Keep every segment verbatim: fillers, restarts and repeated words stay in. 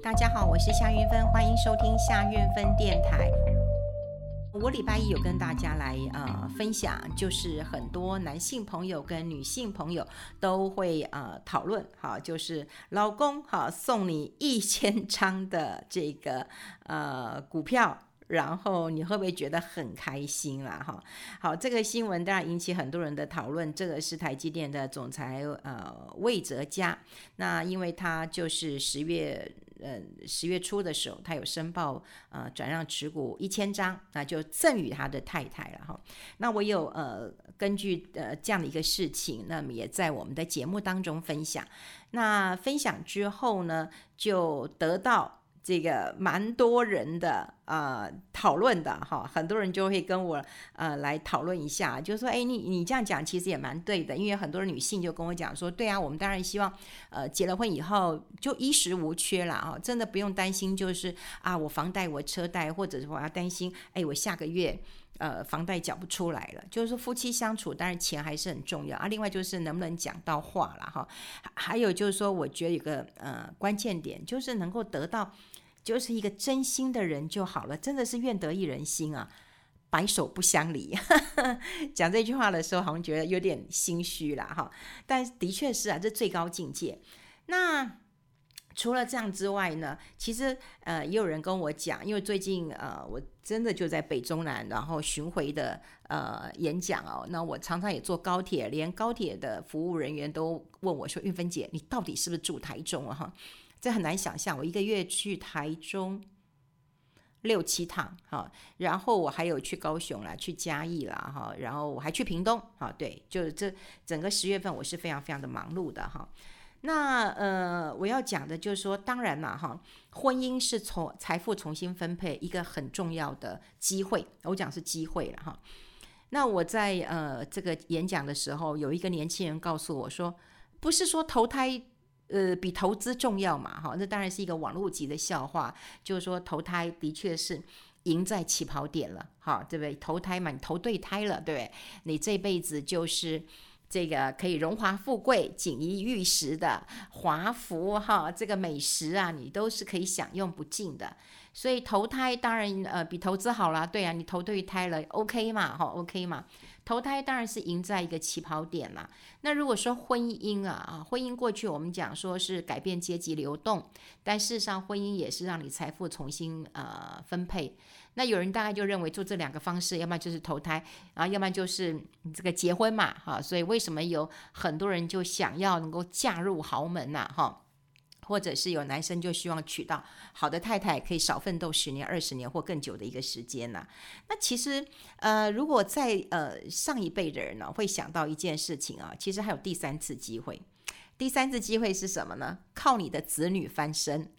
大家好，我是夏运芬，欢迎收听夏运芬电台。我礼拜一有跟大家来呃分享，就是很多男性朋友跟女性朋友都会呃讨论，好，就是老公好送你一千张的这个呃股票。然后你会不会觉得很开心啦？哈，好，这个新闻当然引起很多人的讨论。这个是台积电的总裁呃魏哲家，那因为他就是十月呃十月初的时候，他有申报呃转让持股一千张，那就赠予他的太太了哈。那我有呃根据呃这样的一个事情，那么也在我们的节目当中分享。那分享之后呢，就得到这个蛮多人的呃讨论的哈，很多人就会跟我呃来讨论一下，就是说，哎，你你这样讲其实也蛮对的，因为很多女性就跟我讲说，对啊，我们当然希望呃结了婚以后就衣食无缺啦啊，真的不用担心，就是啊我房贷我车贷，或者是我要担心，哎我下个月呃房贷缴不出来了，就是说夫妻相处，当然钱还是很重要啊。另外就是能不能讲到话啦哈，还有就是说，我觉得有个呃关键点就是能够得到。就是一个真心的人就好了，真的是愿得一人心啊，白首不相离。讲这句话的时候，好像觉得有点心虚啦哈，但的确是啊，这最高境界。那除了这样之外呢，其实呃也有人跟我讲，因为最近呃我真的就在北中南，然后巡回的呃演讲哦，那我常常也坐高铁，连高铁的服务人员都问我说：“运芬姐，你到底是不是住台中啊？”哈。这很难想象，我一个月去台中六七趟哈，然后我还有去高雄啦，去嘉义啦哈，然后我还去屏东哈，对，就是这整个十月份我是非常非常的忙碌的哈。那呃，我要讲的就是说，当然啦哈，婚姻是从财富重新分配一个很重要的机会，我讲是机会了哈。那我在呃这个演讲的时候，有一个年轻人告诉我说，不是说投胎。呃，比投资重要嘛，哈，那当然是一个网络级的笑话，就是说投胎的确是赢在起跑点了，哈，对不对？投胎嘛，你投对胎了，对不对？你这辈子就是这个可以荣华富贵、锦衣玉食的华服，哈，这个美食啊，你都是可以享用不尽的。所以投胎当然呃比投资好啦，对啊，你投对胎了 ，OK 嘛，哈 ，OK 嘛。投胎当然是赢在一个起跑点啦。那如果说婚姻啊，婚姻过去我们讲说是改变阶级流动，但事实上婚姻也是让你财富重新呃分配。那有人大概就认为做这两个方式，要么就是投胎啊，要么就是这个结婚嘛，哈。所以为什么有很多人就想要能够嫁入豪门呐，哈？或者是有男生就希望娶到好的太太，可以少奋斗十年、二十年或更久的一个时间呐、啊。那其实，呃，如果在呃上一辈的人呢，会想到一件事情啊，其实还有第三次机会。第三次机会是什么呢？靠你的子女翻身。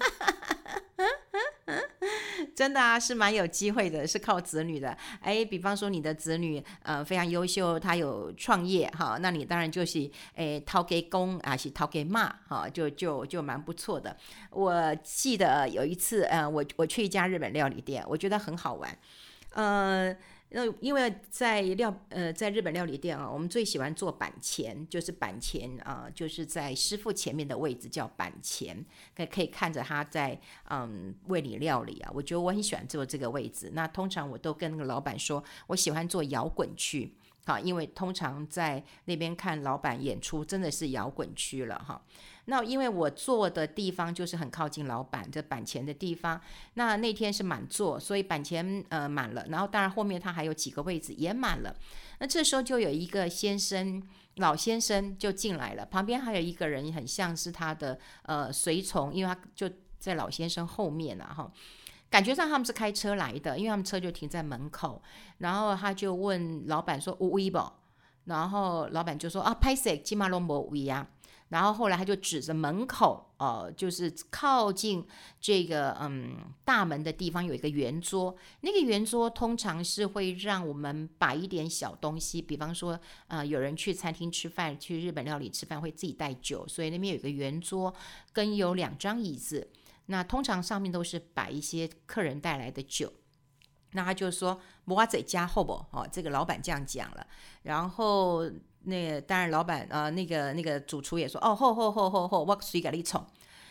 真的啊，是蛮有机会的，是靠子女的。哎，比方说你的子女呃非常优秀，他有创业哈，那你当然就是哎掏给公还是掏给妈哈，就就就蛮不错的。我记得有一次呃，我我去一家日本料理店，我觉得很好玩，呃。那因为在料呃在日本料理店啊，我们最喜欢做板前，就是板前啊、呃，就是在师傅前面的位置叫板前，可可以看着他在嗯为你料理啊。我觉得我很喜欢做这个位置。那通常我都跟那个老板说，我喜欢做摇滚区，好，因为通常在那边看老板演出真的是摇滚区了哈。那因为我坐的地方就是很靠近老板这板前的地方，那那天是满座，所以板前呃满了，然后当然后面他还有几个位置也满了。那这时候就有一个先生，老先生就进来了，旁边还有一个人很像是他的呃随从，因为他就在老先生后面啊哈。感觉上他们是开车来的，因为他们车就停在门口，然后他就问老板说有位不？然后老板就说啊，拍摄今嘛都没位啊。然后后来他就指着门口，呃，就是靠近这个嗯大门的地方有一个圆桌，那个圆桌通常是会让我们摆一点小东西，比方说呃有人去餐厅吃饭，去日本料理吃饭会自己带酒，所以那边有一个圆桌跟有两张椅子，那通常上面都是摆一些客人带来的酒。那他就说我在家后不哦，这个老板这样讲了，然后那个当然老板呃那个那个主厨也说哦，后后后后后我随给你冲。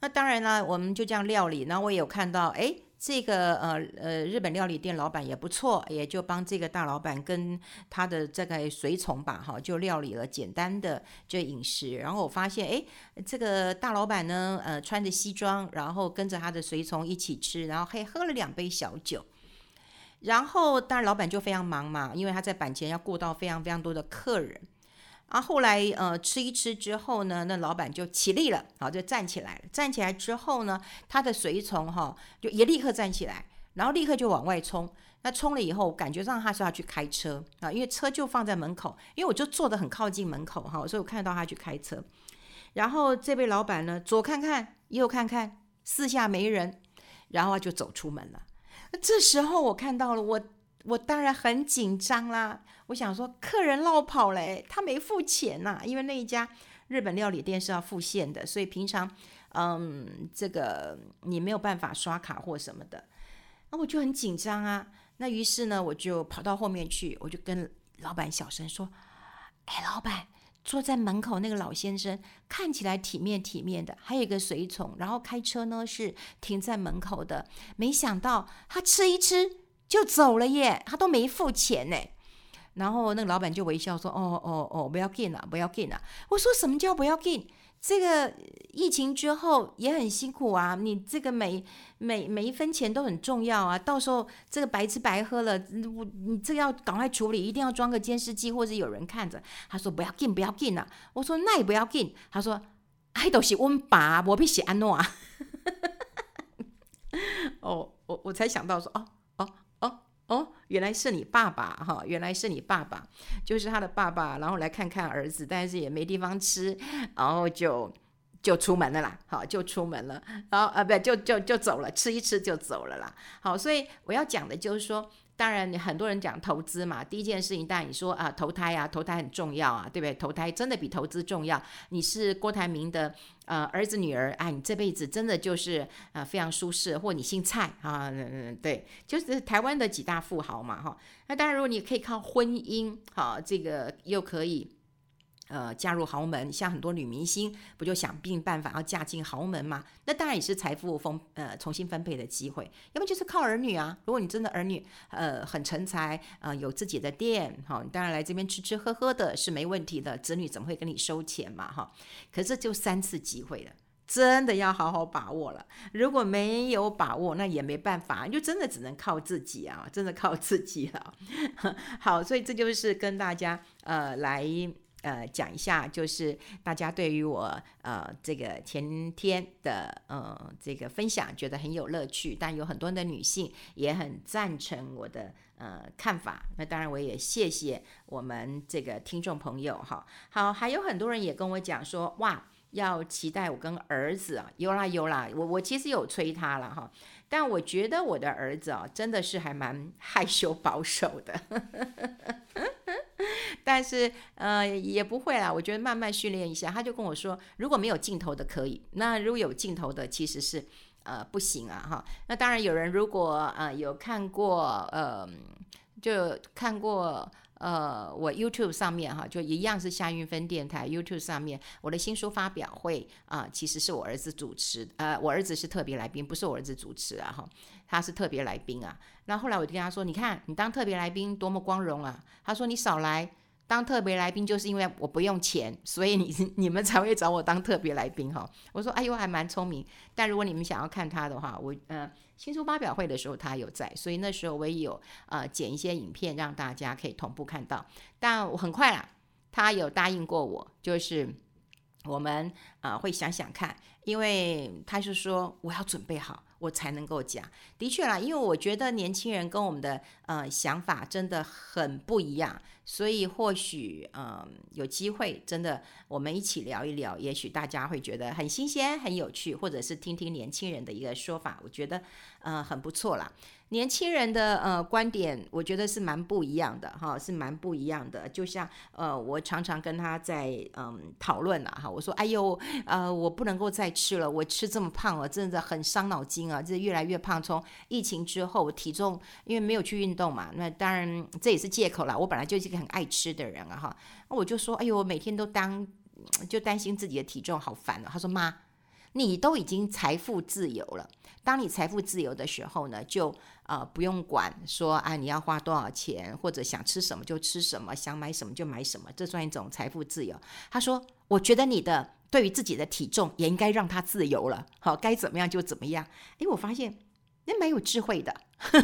那当然啦，我们就这样料理。然后我也有看到，哎，这个呃呃日本料理店老板也不错，也就帮这个大老板跟他的这个随从吧，哈，就料理了简单的这饮食。然后我发现，哎，这个大老板呢，呃，穿着西装，然后跟着他的随从一起吃，然后还喝了两杯小酒。然后当然老板就非常忙嘛，因为他在板前要顾到非常非常多的客人。啊，后来呃吃一吃之后呢，那老板就起立了，好就站起来了。站起来之后呢，他的随从哈就也立刻站起来，然后立刻就往外冲。那冲了以后，感觉上他是要去开车啊，因为车就放在门口，因为我就坐得很靠近门口哈，所以我看到他去开车。然后这位老板呢，左看看右看看，四下没人，然后就走出门了。这时候我看到了我。我当然很紧张啦，我想说客人落跑嘞，他没付钱呐、啊，因为那一家日本料理店是要付现的，所以平常嗯这个你没有办法刷卡或什么的，那我就很紧张啊。那于是呢，我就跑到后面去，我就跟老板小声说：“哎，老板，坐在门口那个老先生看起来体面体面的，还有一个随从，然后开车呢是停在门口的，没想到他吃一吃。”就走了耶，他都没付钱呢。然后那个老板就微笑说：“哦哦哦，不要紧啦，不要紧啦。”我说：“什么叫不要紧？这个疫情之后也很辛苦啊，你这个每每每一分钱都很重要啊。到时候这个白吃白喝了，你这个要赶快处理，一定要装个监视器或者有人看着。”他说：“不要紧，不要紧啦。”我说：“那也不要紧。”他说：“哎，都是我们爸，我必须安诺啊。”哦，我我才想到说哦。哦，原来是你爸爸哈，原来是你爸爸，就是他的爸爸，然后来看看儿子，但是也没地方吃，然后就就出门了啦，好，就出门了，然后啊不就就就走了，吃一吃就走了啦。好，所以我要讲的就是说，当然很多人讲投资嘛，第一件事情当然你说啊投胎啊，投胎很重要啊，对不对？投胎真的比投资重要。你是郭台铭的呃儿子女儿，哎，你这辈子真的就是呃非常舒适，或你姓蔡啊，嗯嗯对，就是台湾的几大富豪嘛哈。那当然如果你可以靠婚姻，好，这个又可以。呃，嫁入豪门，像很多女明星不就想尽办法要嫁进豪门嘛？那当然也是财富分呃重新分配的机会，要么就是靠儿女啊。如果你真的儿女呃很成才，呃有自己的店，哈、哦，你当然来这边吃吃喝喝的是没问题的，子女怎么会跟你收钱嘛？哈、哦，可是就三次机会了。真的要好好把握了，如果没有把握，那也没办法，就真的只能靠自己啊，真的靠自己了。好，所以这就是跟大家呃来。呃，讲一下，就是大家对于我呃这个前天的呃这个分享，觉得很有乐趣，但有很多的女性也很赞成我的呃看法。那当然，我也谢谢我们这个听众朋友哈。好，还有很多人也跟我讲说，哇，要期待我跟儿子啊，有啦有啦，我我其实有催他了哈。但我觉得我的儿子啊，真的是还蛮害羞保守的。但是呃也不会啦，我觉得慢慢训练一下。他就跟我说，如果没有镜头的可以，那如果有镜头的其实是呃不行啊哈。那当然有人如果呃有看过呃就看过呃我 YouTube 上面哈，就一样是夏运分电台 YouTube 上面我的新书发表会啊、呃，其实是我儿子主持，呃我儿子是特别来宾，不是我儿子主持啊哈，他是特别来宾啊。那后来我就跟他说，你看你当特别来宾多么光荣啊。他说你少来。当特别来宾就是因为我不用钱，所以你你们才会找我当特别来宾哈。我说哎呦还蛮聪明，但如果你们想要看他的话，我呃新书发表会的时候他有在，所以那时候我也有呃剪一些影片让大家可以同步看到。但我很快啦，他有答应过我，就是我们啊、呃、会想想看，因为他是说我要准备好。我才能够讲，的确啦，因为我觉得年轻人跟我们的呃想法真的很不一样，所以或许呃有机会真的我们一起聊一聊，也许大家会觉得很新鲜、很有趣，或者是听听年轻人的一个说法，我觉得呃很不错啦。年轻人的呃观点，我觉得是蛮不一样的哈，是蛮不一样的。就像呃，我常常跟他在嗯讨论了哈，我说哎呦呃，我不能够再吃了，我吃这么胖了，真的很伤脑筋啊，这越来越胖。从疫情之后，体重因为没有去运动嘛，那当然这也是借口啦。我本来就是一个很爱吃的人啊哈，我就说哎呦，我每天都当就担心自己的体重好烦了。他说妈。 你都已经财富自由了。当你财富自由的时候呢，就呃不用管说啊你要花多少钱，或者想吃什么就吃什么，想买什么就买什么，这算一种财富自由。他说，我觉得你的对于自己的体重也应该让它自由了，好，该怎么样就怎么样。诶，我发现那蛮有智慧的。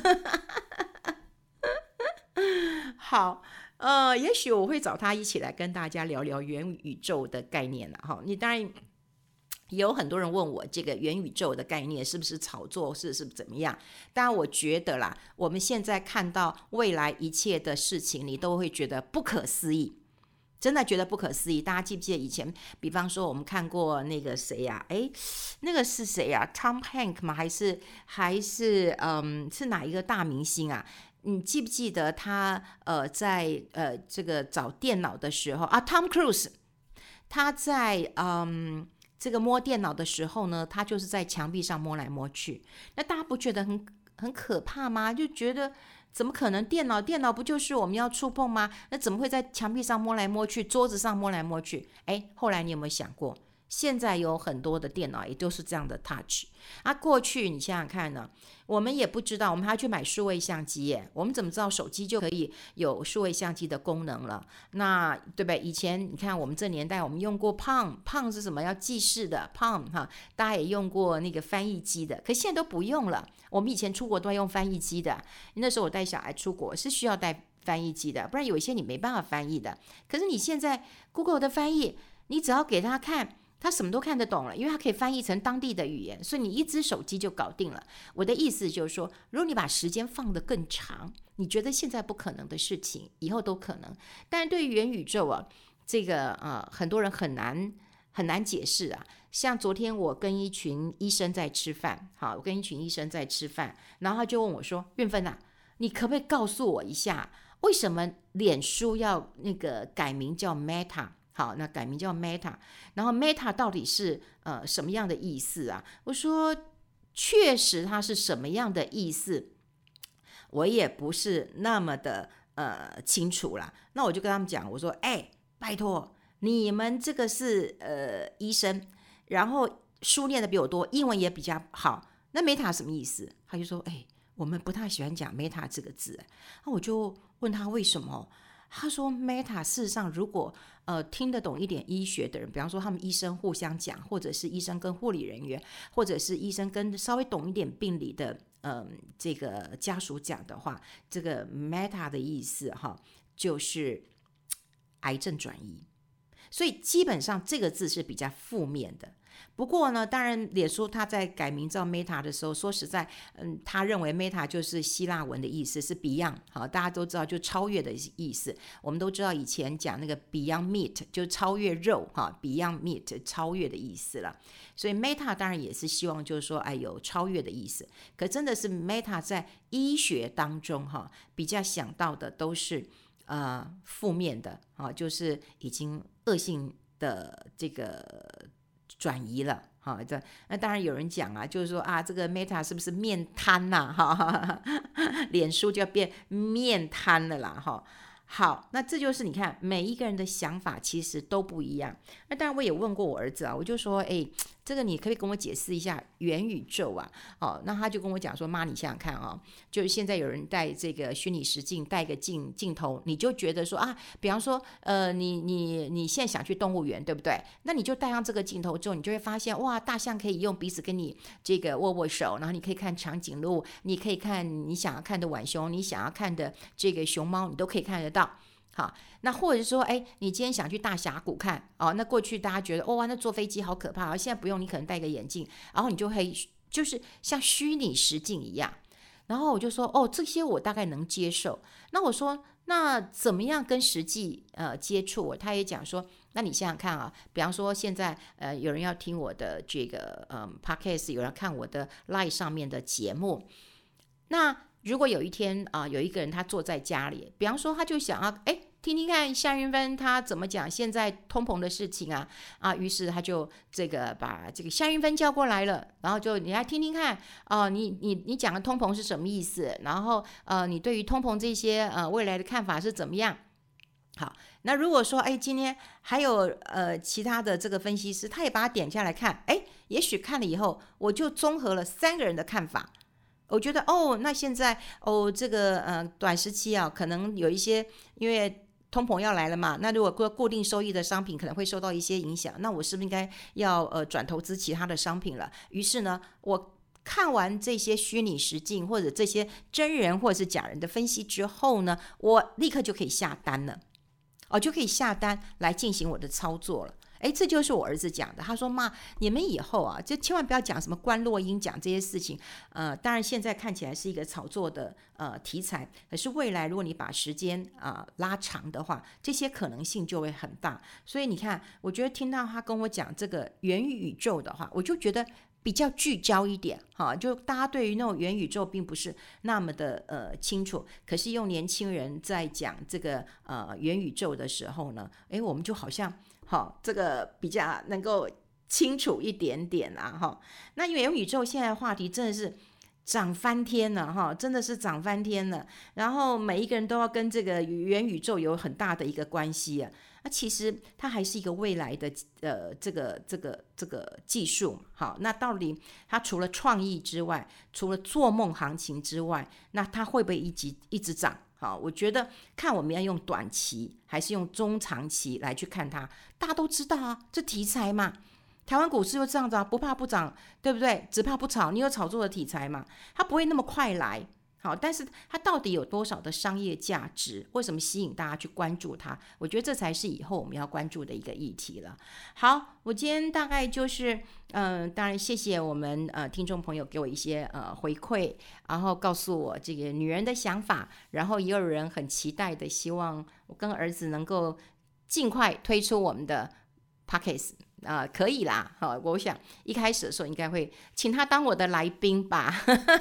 好，呃，也许我会找他一起来跟大家聊聊元宇宙的概念了哈。你当然也有很多人问我这个元宇宙的概念是不是炒作，是是怎么样？当然，我觉得啦，我们现在看到未来一切的事情，你都会觉得不可思议，真的觉得不可思议。大家记不记得以前，比方说我们看过那个谁呀、啊？哎，那个是谁呀、啊、？Tom Hanks 吗？还是还是嗯，是哪一个大明星啊？你记不记得他呃在呃这个找电脑的时候啊 ，Tom Cruise， 他在嗯。这个摸电脑的时候呢，他就是在墙壁上摸来摸去。那大家不觉得很很可怕吗？就觉得怎么可能？电脑电脑不就是我们要触碰吗？那怎么会在墙壁上摸来摸去，桌子上摸来摸去？哎，后来你有没有想过，现在有很多的电脑也都是这样的 touch 啊。过去你想想看呢，我们也不知道，我们还要去买数位相机耶，我们怎么知道手机就可以有数位相机的功能了？那对不对？以前你看我们这年代，我们用过 Palm， Palm 是什么？要记事的 Palm 哈，大家也用过那个翻译机的，可现在都不用了。我们以前出国都要用翻译机的，那时候我带小孩出国是需要带翻译机的，不然有一些你没办法翻译的。可是你现在 Google 的翻译，你只要给他看，他什么都看得懂了，因为他可以翻译成当地的语言，所以你一只手机就搞定了。我的意思就是说，如果你把时间放得更长，你觉得现在不可能的事情，以后都可能。但是对于元宇宙啊，这个呃，很多人很难很难解释啊。像昨天我跟一群医生在吃饭，好，我跟一群医生在吃饭，然后他就问我说：“运芬啊，你可不可以告诉我一下，为什么脸书要那个改名叫 Meta？” 好，那改名叫 Meta， 然后 Meta 到底是呃什么样的意思啊？我说确实它是什么样的意思，我也不是那么的呃清楚啦。那我就跟他们讲，我说哎，拜托你们这个是呃医生，然后书念的比我多，英文也比较好，那 Meta 什么意思？他就说哎，我们不太喜欢讲 Meta 这个字。那我就问他为什么？他说 Meta 事实上如果呃听得懂一点医学的人，比方说他们医生互相讲，或者是医生跟护理人员，或者是医生跟稍微懂一点病理的嗯、呃、这个家属讲的话，这个 Meta 的意思哈就是癌症转移，所以基本上这个字是比较负面的。不过呢，当然脸书他在改名叫 Meta 的时候，说实在，嗯，他认为 Meta 就是希腊文的意思，是 Beyond， 好，大家都知道就超越的意思。我们都知道以前讲那个 Beyond Meat 就是超越肉哈 ，Beyond Meat 超越的意思了。所以 Meta 当然也是希望就是说，哎，有超越的意思。可真的是 Meta 在医学当中哈，比较想到的都是呃负面的啊，就是已经恶性的这个转移了，好，这那当然有人讲啊，就是说啊，这个 Meta 是不是面瘫呐、啊？哈，脸书就要变面瘫了啦，哈。好，那这就是你看每一个人的想法其实都不一样。那当然我也问过我儿子啊，我就说，哎，这个你可以跟我解释一下元宇宙啊？哦，那他就跟我讲说，妈，你想想看啊、哦，就是现在有人带这个虚拟实境，带个镜镜头，你就觉得说啊，比方说，呃，你你你现在想去动物园，对不对？那你就带上这个镜头之后，你就会发现，哇，大象可以用鼻子跟你这个握握手，然后你可以看长颈鹿，你可以看你想要看的浣熊，你想要看的这个熊猫，你都可以看得到。好，那或者说，哎，你今天想去大峡谷看哦，那过去大家觉得，哇，那坐飞机好可怕，现在不用，你可能戴个眼镜，然后你就可以就是像虚拟实境一样。然后我就说，哦，这些我大概能接受。那我说，那怎么样跟实际呃接触？他也讲说，那你想想看啊，比方说现在呃有人要听我的这个嗯 podcast， 有人看我的 Line 上面的节目，那如果有一天啊、呃，有一个人他坐在家里，比方说他就想要哎听听看夏云芬他怎么讲现在通膨的事情啊啊，于是他就这个把这个夏云芬叫过来了，然后就你来听听看哦、呃，你你你讲的通膨是什么意思？然后呃，你对于通膨这些呃未来的看法是怎么样？好，那如果说哎今天还有呃其他的这个分析师，他也把它点下来看，哎也许看了以后，我就综合了三个人的看法。我觉得哦，那现在哦，这个呃短时期啊，可能有一些因为通膨要来了嘛，那如果固定收益的商品可能会受到一些影响，那我是不是应该要呃转投资其他的商品了？于是呢，我看完这些虚拟实境或者这些真人或者是假人的分析之后呢，我立刻就可以下单了，哦，就可以下单来进行我的操作了。哎，这就是我儿子讲的。他说：“妈，你们以后啊，就千万不要讲什么关落音，讲这些事情。呃，当然现在看起来是一个炒作的呃题材，可是未来如果你把时间啊、呃、拉长的话，这些可能性就会很大。所以你看，我觉得听到他跟我讲这个元宇宙的话，我就觉得比较聚焦一点哈，就大家对于那种元宇宙并不是那么的呃清楚，可是用年轻人在讲这个呃元宇宙的时候呢，哎，我们就好像。”好，这个比较能够清楚一点点啦，哈。那元宇宙现在话题真的是涨翻天了，哈，真的是涨翻天了。然后每一个人都要跟这个元宇宙有很大的一个关系啊。那其实它还是一个未来的呃这个这个这个技术，好，那到底它除了创意之外，除了做梦行情之外，那它会不会一直一直涨？好，我觉得看我们要用短期还是用中长期来去看它，大家都知道啊，这题材嘛，台湾股市就这样子啊，不怕不涨，对不对？只怕不炒，你有炒作的题材嘛，它不会那么快来。好，但是它到底有多少的商业价值？为什么吸引大家去关注它？我觉得这才是以后我们要关注的一个议题了。好，我今天大概就是，嗯、呃，当然谢谢我们呃听众朋友给我一些呃回馈，然后告诉我这个女人的想法，然后也有人很期待的希望我跟儿子能够尽快推出我们的 Podcast。啊、呃，可以啦，好，我想一开始的时候应该会请他当我的来宾吧。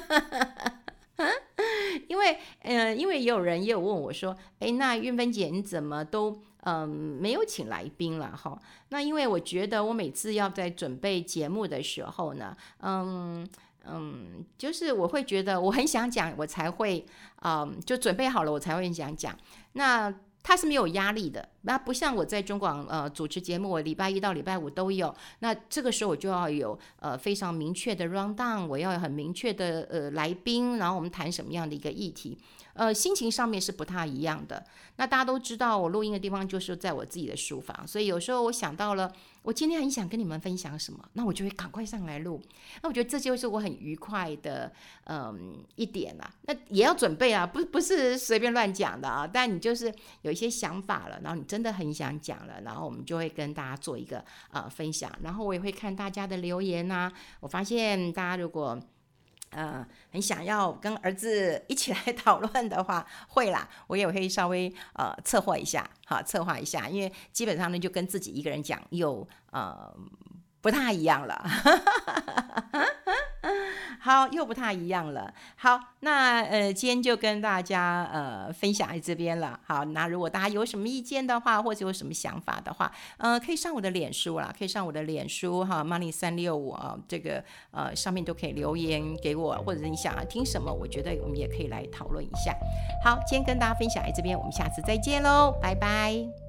因为，呃，因为也有人也有问我说，哎，那韵芬姐你怎么都嗯、呃、没有请来宾了哈？那因为我觉得我每次要在准备节目的时候呢，嗯嗯，就是我会觉得我很想讲，我才会嗯、呃、就准备好了，我才会很想讲。那他是没有压力的，那不像我在中广呃主持节目，我礼拜一到礼拜五都有。那这个时候我就要有呃非常明确的 round down， 我要有很明确的呃来宾，然后我们谈什么样的一个议题，呃心情上面是不太一样的。那大家都知道，我录音的地方就是在我自己的书房，所以有时候我想到了，我今天很想跟你们分享什么，那我就会赶快上来录。那我觉得这就是我很愉快的嗯一点啦。那也要准备啊，不不是随便乱讲的啊，但你就是有一些想法了，然后你真的很想讲了，然后我们就会跟大家做一个呃分享，然后我也会看大家的留言啊。我发现大家如果呃很想要跟儿子一起来讨论的话，会啦，我也会稍微呃策划一下，好，策划一下，因为基本上呢就跟自己一个人讲又呃不太一样了。好，又不太一样了。好，那呃，今天就跟大家呃分享在这边了。好，那如果大家有什么意见的话，或者有什么想法的话，呃，可以上我的脸书啦，可以上我的脸书哈 ，Money 三六五啊，这个呃上面都可以留言给我，或者是你想要听什么，我觉得我们也可以来讨论一下。好，今天跟大家分享在这边，我们下次再见喽，拜拜。